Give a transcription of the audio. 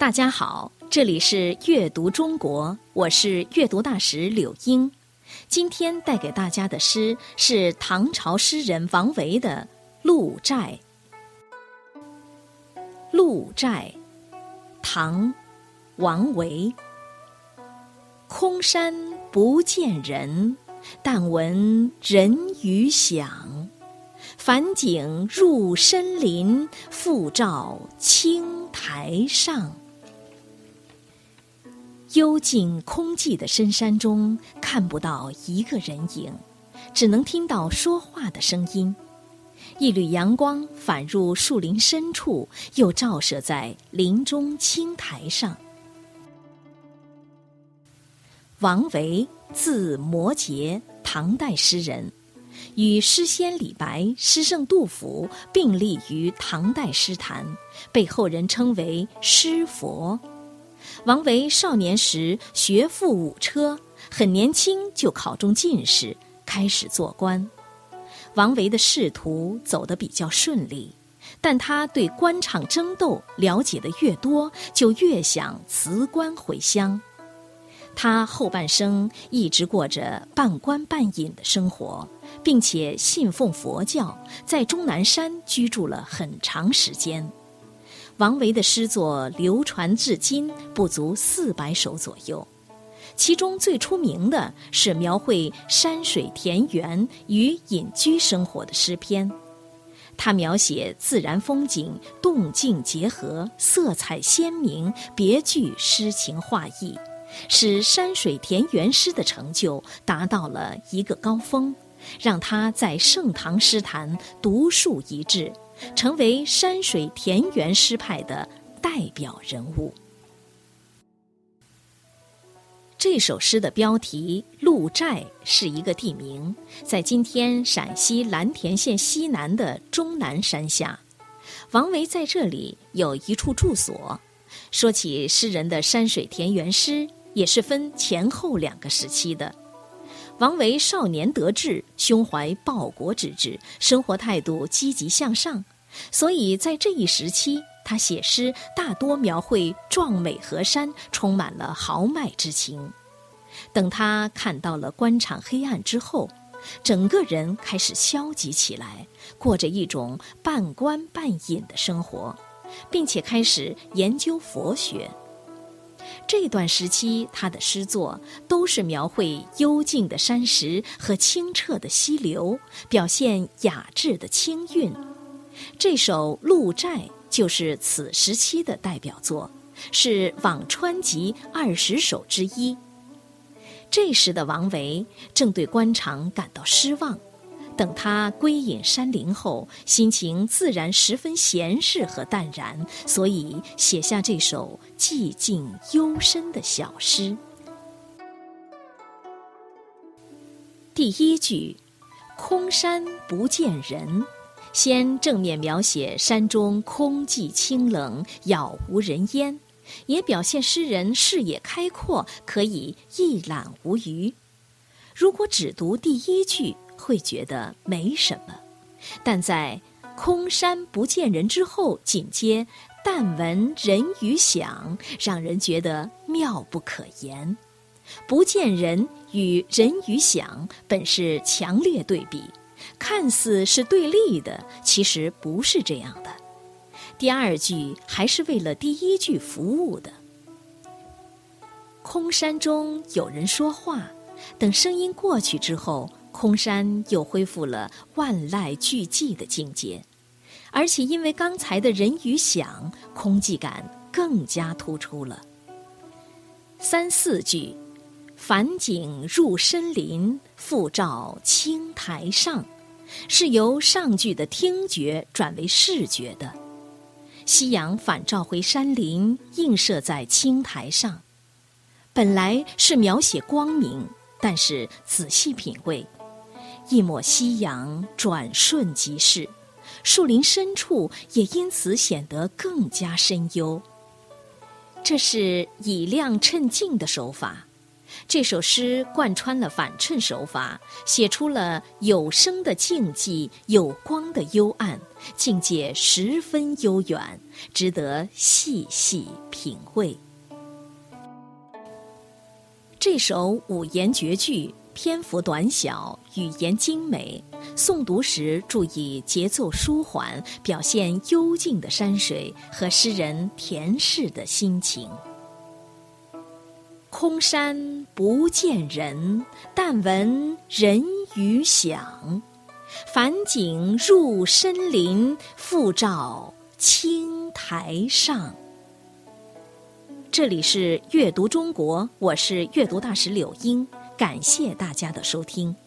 大家好，这里是阅读中国，我是阅读大使柳英。今天带给大家的诗是唐朝诗人王维的《鹿柴》。《鹿柴》，唐·王维。空山不见人，但闻人语响。返景入深林，复照青苔上。幽静空寂的深山中，看不到一个人影，只能听到说话的声音。一缕阳光反入树林深处，又照射在林中青苔上。王维，字摩诘，唐代诗人，与诗仙李白、诗圣杜甫并立于唐代诗坛，被后人称为诗佛。王维少年时学富五车，很年轻就考中进士，开始做官。王维的仕途走得比较顺利，但他对官场争斗了解的越多，就越想辞官回乡。他后半生一直过着半官半隐的生活，并且信奉佛教，在终南山居住了很长时间。王维的诗作流传至今不足400首左右，其中最出名的是描绘山水田园与隐居生活的诗篇。他描写自然风景动静结合，色彩鲜明，别具诗情画意，使山水田园诗的成就达到了一个高峰，让他在盛唐诗坛独树一帜，成为山水田园诗派的代表人物。这首诗的标题《鹿柴》是一个地名，在今天陕西蓝田县西南的终南山下。王维在这里有一处住所。说起诗人的山水田园诗，也是分前后2个时期的。王维少年得志，胸怀报国之志，生活态度积极向上，所以在这一时期，他写诗大多描绘壮美河山，充满了豪迈之情。等他看到了官场黑暗之后，整个人开始消极起来，过着一种半官半隐的生活，并且开始研究佛学。这段时期，他的诗作都是描绘幽静的山石和清澈的溪流，表现雅致的清韵。这首《鹿柴》就是此时期的代表作，是《辋川集》20首之一。这时的王维正对官场感到失望，等他归隐山林后，心情自然十分闲适和淡然，所以写下这首寂静幽深的小诗。第一句，空山不见人，先正面描写山中空寂清冷，杳无人烟，也表现诗人视野开阔，可以一览无余。如果只读第一句，会觉得没什么，但在空山不见人之后，紧接但闻人语响，让人觉得妙不可言。不见人与人语响本是强烈对比，看似是对立的，其实不是这样的。第2句还是为了第一句服务的。空山中有人说话，等声音过去之后，空山又恢复了万籁俱寂的境界，而且因为刚才的人语响，空寂感更加突出了。3、4句，返景入深林，复照青苔上，是由上句的听觉转为视觉的。夕阳反照回山林，映射在青苔上。本来是描写光明，但是仔细品味，一抹夕阳转瞬即逝，树林深处也因此显得更加深幽。这是以亮衬净的手法， 这首诗贯穿了反衬手法，写出了有声的静寂，有光的幽暗，境界十分悠远，值得细细品味。这首五言绝句篇幅短小，语言精美，诵读时注意节奏舒缓，表现幽静的山水和诗人恬适的心情。空山不见人，但闻人语响。返景入深林，复照青苔上。这里是阅读中国，我是阅读大使柳英，感谢大家的收听。